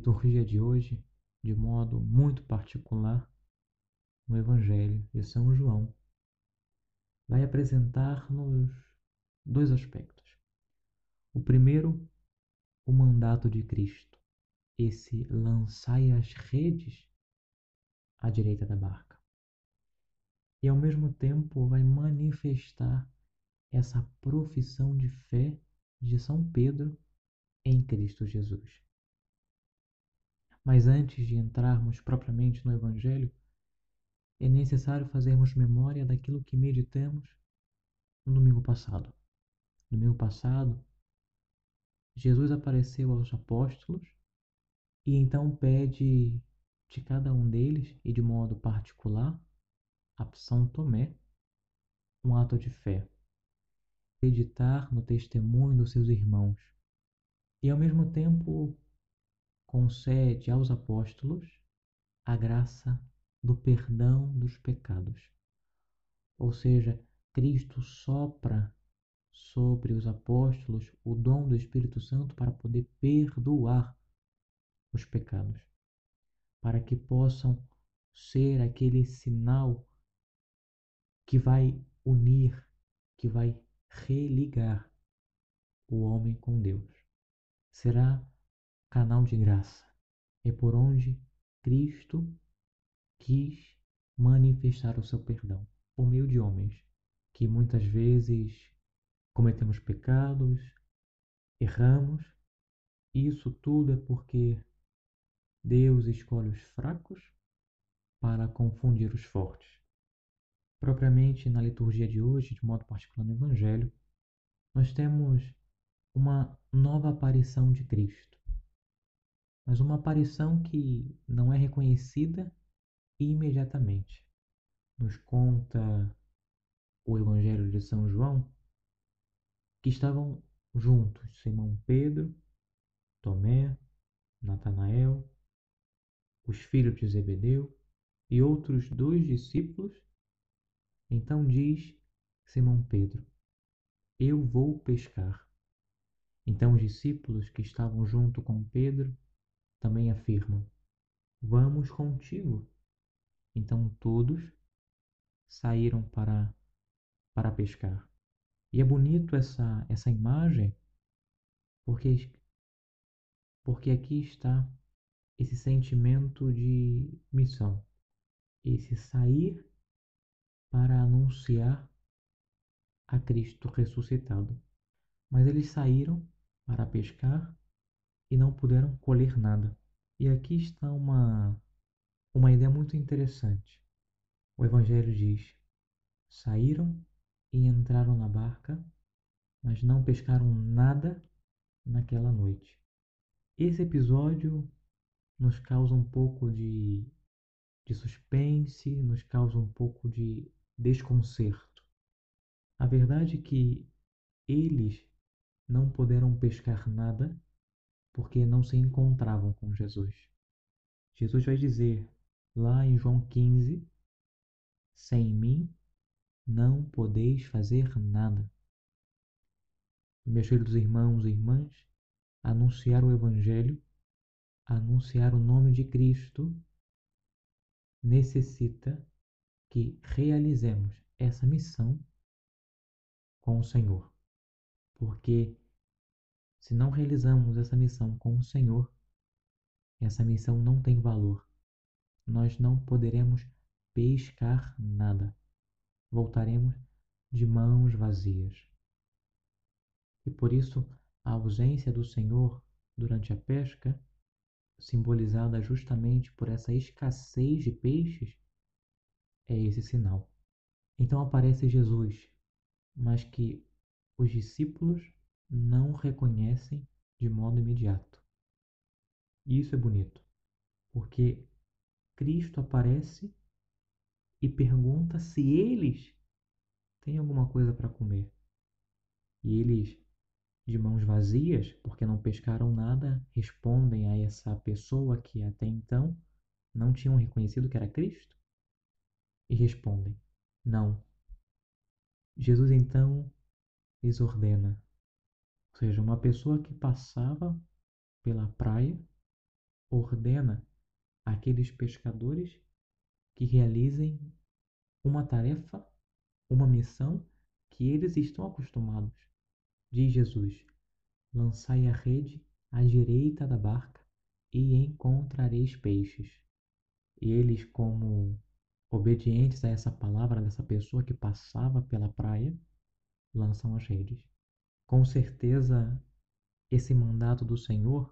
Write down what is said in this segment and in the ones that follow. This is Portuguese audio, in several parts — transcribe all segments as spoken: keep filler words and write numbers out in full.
liturgia de hoje, de modo muito particular, no Evangelho de São João, vai apresentar-nos dois aspectos. O primeiro, o mandato de Cristo, esse lançai as redes à direita da barca. E ao mesmo tempo vai manifestar essa profissão de fé de São Pedro em Cristo Jesus. Mas antes de entrarmos propriamente no Evangelho, é necessário fazermos memória daquilo que meditamos no domingo passado. No domingo passado, Jesus apareceu aos apóstolos e então pede de cada um deles, e de modo particular, a São Tomé, um ato de fé. Acreditar no testemunho dos seus irmãos. E ao mesmo tempo concede aos apóstolos a graça do perdão dos pecados. Ou seja, Cristo sopra sobre os apóstolos o dom do Espírito Santo para poder perdoar os pecados, para que possam ser aquele sinal que vai unir, que vai religar o homem com Deus. Será canal de graça. É por onde Cristo quis manifestar o seu perdão, por meio de homens que muitas vezes cometemos pecados, erramos. Isso tudo é porque Deus escolhe os fracos para confundir os fortes. Propriamente na liturgia de hoje, de modo particular no Evangelho, nós temos uma nova aparição de Cristo, mas uma aparição que não é reconhecida imediatamente. Nos conta o Evangelho de São João que estavam juntos Simão Pedro, Tomé, Natanael, os filhos de Zebedeu e outros dois discípulos. Então diz Simão Pedro: eu vou pescar. Então os discípulos que estavam junto com Pedro também afirmam: vamos contigo. Então todos saíram para, para pescar. E é bonito essa, essa imagem, porque, porque aqui está esse sentimento de missão, esse sair para anunciar a Cristo ressuscitado. Mas eles saíram para pescar e não puderam colher nada. E aqui está uma, uma ideia muito interessante. O Evangelho diz: saíram e entraram na barca, mas não pescaram nada naquela noite. Esse episódio nos causa um pouco de, de suspense, nos causa um pouco de desconcerto. A verdade é que eles não puderam pescar nada porque não se encontravam com Jesus. Jesus vai dizer lá em João quinze: sem mim não podeis fazer nada. Meus queridos irmãos e irmãs, anunciar o Evangelho, anunciar o nome de Cristo, necessita que realizemos essa missão com o Senhor. Porque se não realizamos essa missão com o Senhor, essa missão não tem valor. Nós não poderemos pescar nada. Voltaremos de mãos vazias. E por isso, a ausência do Senhor durante a pesca, simbolizada justamente por essa escassez de peixes, é esse sinal. Então aparece Jesus, mas que os discípulos não reconhecem de modo imediato. E isso é bonito, porque Cristo aparece e pergunta se eles têm alguma coisa para comer. E eles, de mãos vazias, porque não pescaram nada, respondem a essa pessoa que até então não tinham reconhecido que era Cristo e respondem: não. Jesus então lhes ordena, ou seja, uma pessoa que passava pela praia ordena àqueles pescadores que realizem uma tarefa, uma missão que eles estão acostumados. Diz Jesus: lançai a rede à direita da barca e encontrareis peixes. E eles, como obedientes a essa palavra dessa pessoa que passava pela praia, lançam as redes. Com certeza, esse mandato do Senhor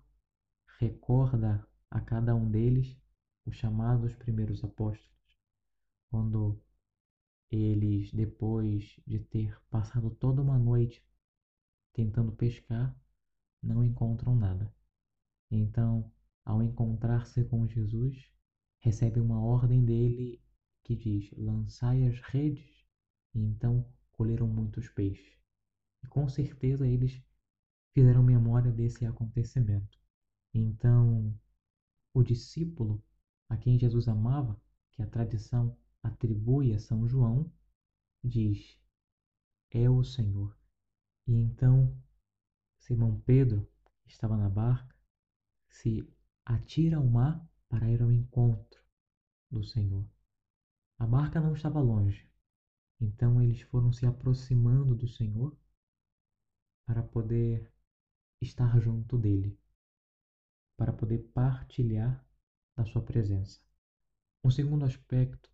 recorda a cada um deles os chamados primeiros apóstolos, quando eles, depois de ter passado toda uma noite tentando pescar, não encontram nada. Então, ao encontrar-se com Jesus, recebe uma ordem dele que diz: lançai as redes, e então colheram muitos peixes. E com certeza eles fizeram memória desse acontecimento. Então, o discípulo a quem Jesus amava, que a tradição atribui a São João, diz: é o Senhor. E então Simão Pedro, que estava na barca, se atira ao mar para ir ao encontro do Senhor. A barca não estava longe, então eles foram se aproximando do Senhor para poder estar junto dele, para poder partilhar da sua presença. Um segundo aspecto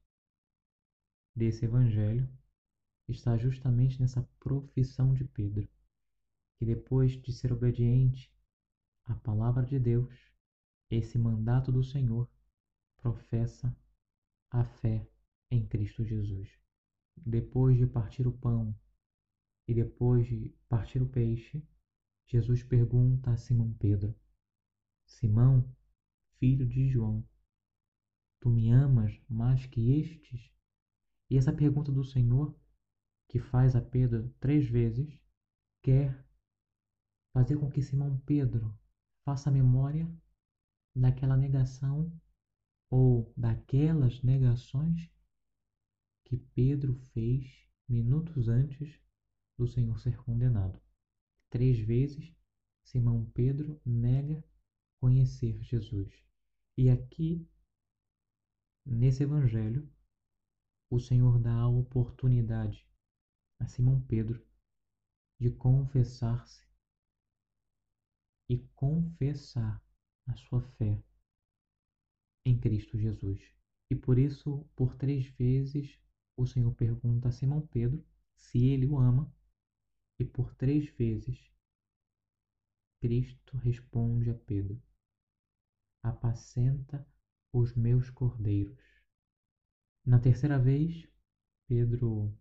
desse evangelho está justamente nessa profissão de Pedro, que depois de ser obediente à palavra de Deus, esse mandato do Senhor, professa a fé em Cristo Jesus. Depois de partir o pão e depois de partir o peixe, Jesus pergunta a Simão Pedro: Simão, filho de João, tu me amas mais que estes? E essa pergunta do Senhor, que faz a Pedro três vezes, quer fazer com que Simão Pedro faça memória daquela negação ou daquelas negações que Pedro fez minutos antes do Senhor ser condenado. Três vezes, Simão Pedro nega conhecer Jesus. E aqui, nesse evangelho, o Senhor dá a oportunidade a Simão Pedro de confessar-se e confessar a sua fé em Cristo Jesus. E por isso, por três vezes, o Senhor pergunta a Simão Pedro se ele o ama, e por três vezes, Cristo responde a Pedro: apacenta os meus cordeiros. Na terceira vez, Pedro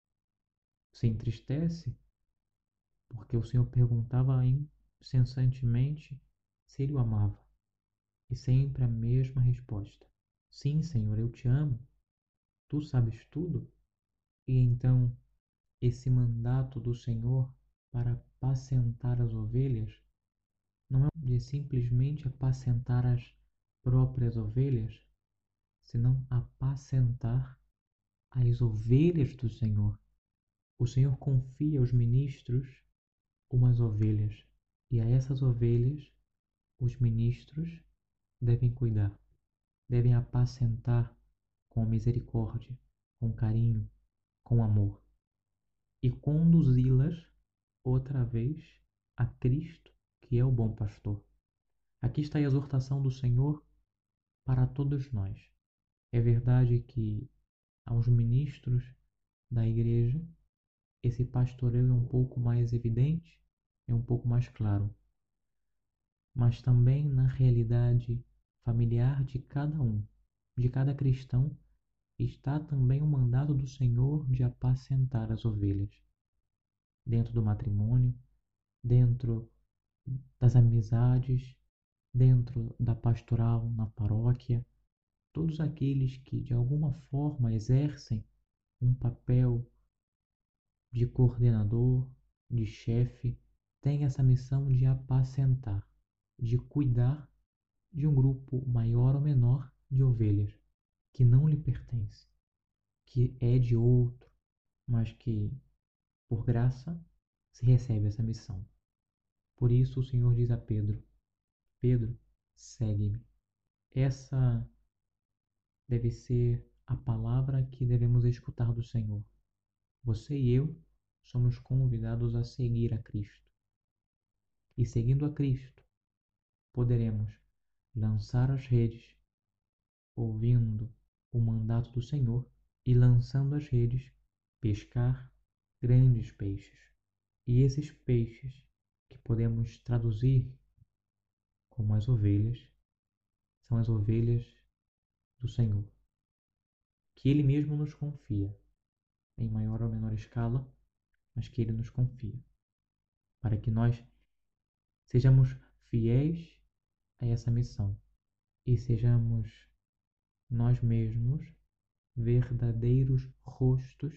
se entristece porque o Senhor perguntava incessantemente se ele o amava. E sempre a mesma resposta: sim, Senhor, eu te amo. Tu sabes tudo. E então, esse mandato do Senhor para apacentar as ovelhas não é de simplesmente apacentar as próprias ovelhas, senão apacentar as ovelhas do Senhor. O Senhor confia aos ministros umas ovelhas, e a essas ovelhas os ministros devem cuidar, devem apacentar com misericórdia, com carinho, com amor, e conduzi-las outra vez a Cristo, que é o bom pastor. Aqui está a exortação do Senhor para todos nós. É verdade que aos ministros da igreja esse pastoreio é um pouco mais evidente, é um pouco mais claro, mas também na realidade familiar de cada um, de cada cristão, está também o mandato do Senhor de apacentar as ovelhas, dentro do matrimônio, dentro das amizades, dentro da pastoral na paróquia, todos aqueles que de alguma forma exercem um papel de coordenador, de chefe, têm essa missão de apacentar, de cuidar de um grupo maior ou menor de ovelhas que não lhe pertence, que é de outro, mas que, por graça, se recebe essa missão. Por isso o Senhor diz a Pedro: Pedro, segue-me. Essa deve ser a palavra que devemos escutar do Senhor. Você e eu somos convidados a seguir a Cristo. E seguindo a Cristo, poderemos lançar as redes, ouvindo o mandato do Senhor e lançando as redes, pescar grandes peixes. E esses peixes, que podemos traduzir como as ovelhas, são as ovelhas do Senhor, que Ele mesmo nos confia, em maior ou menor escala, mas que Ele nos confia, para que nós sejamos fiéis a essa missão e sejamos nós mesmos verdadeiros rostos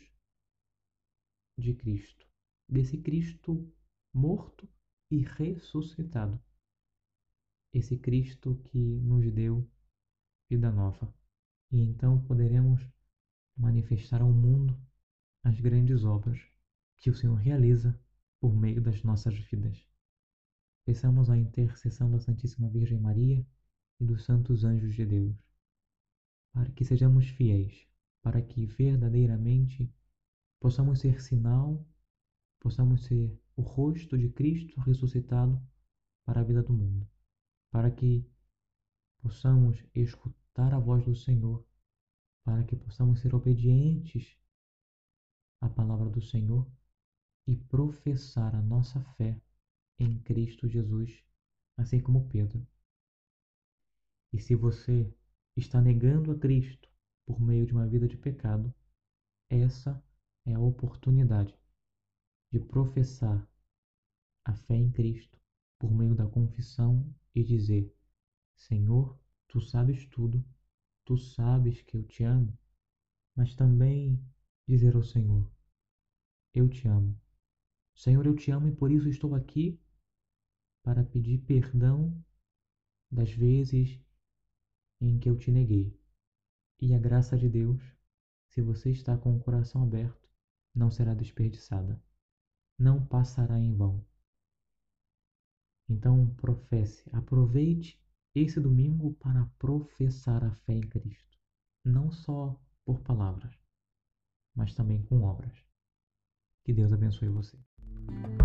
de Cristo, desse Cristo morto e ressuscitado, esse Cristo que nos deu vida nova. E então poderemos manifestar ao mundo as grandes obras que o Senhor realiza por meio das nossas vidas. Peçamos a intercessão da Santíssima Virgem Maria e dos santos anjos de Deus, para que sejamos fiéis, para que verdadeiramente possamos ser sinal, possamos ser o rosto de Cristo ressuscitado para a vida do mundo, para que possamos escutar a voz do Senhor, para que possamos ser obedientes à palavra do Senhor e professar a nossa fé em Cristo Jesus, assim como Pedro. E se você está negando a Cristo por meio de uma vida de pecado, essa é a oportunidade de professar a fé em Cristo por meio da confissão e dizer: Senhor, tu sabes tudo, tu sabes que eu te amo, mas também dizer ao Senhor: eu te amo. Senhor, eu te amo e por isso estou aqui para pedir perdão das vezes em que eu te neguei. E a graça de Deus, se você está com o coração aberto, não será desperdiçada, não passará em vão. Então, professe, aproveite esse domingo para professar a fé em Cristo, não só por palavras, mas também com obras. Que Deus abençoe você.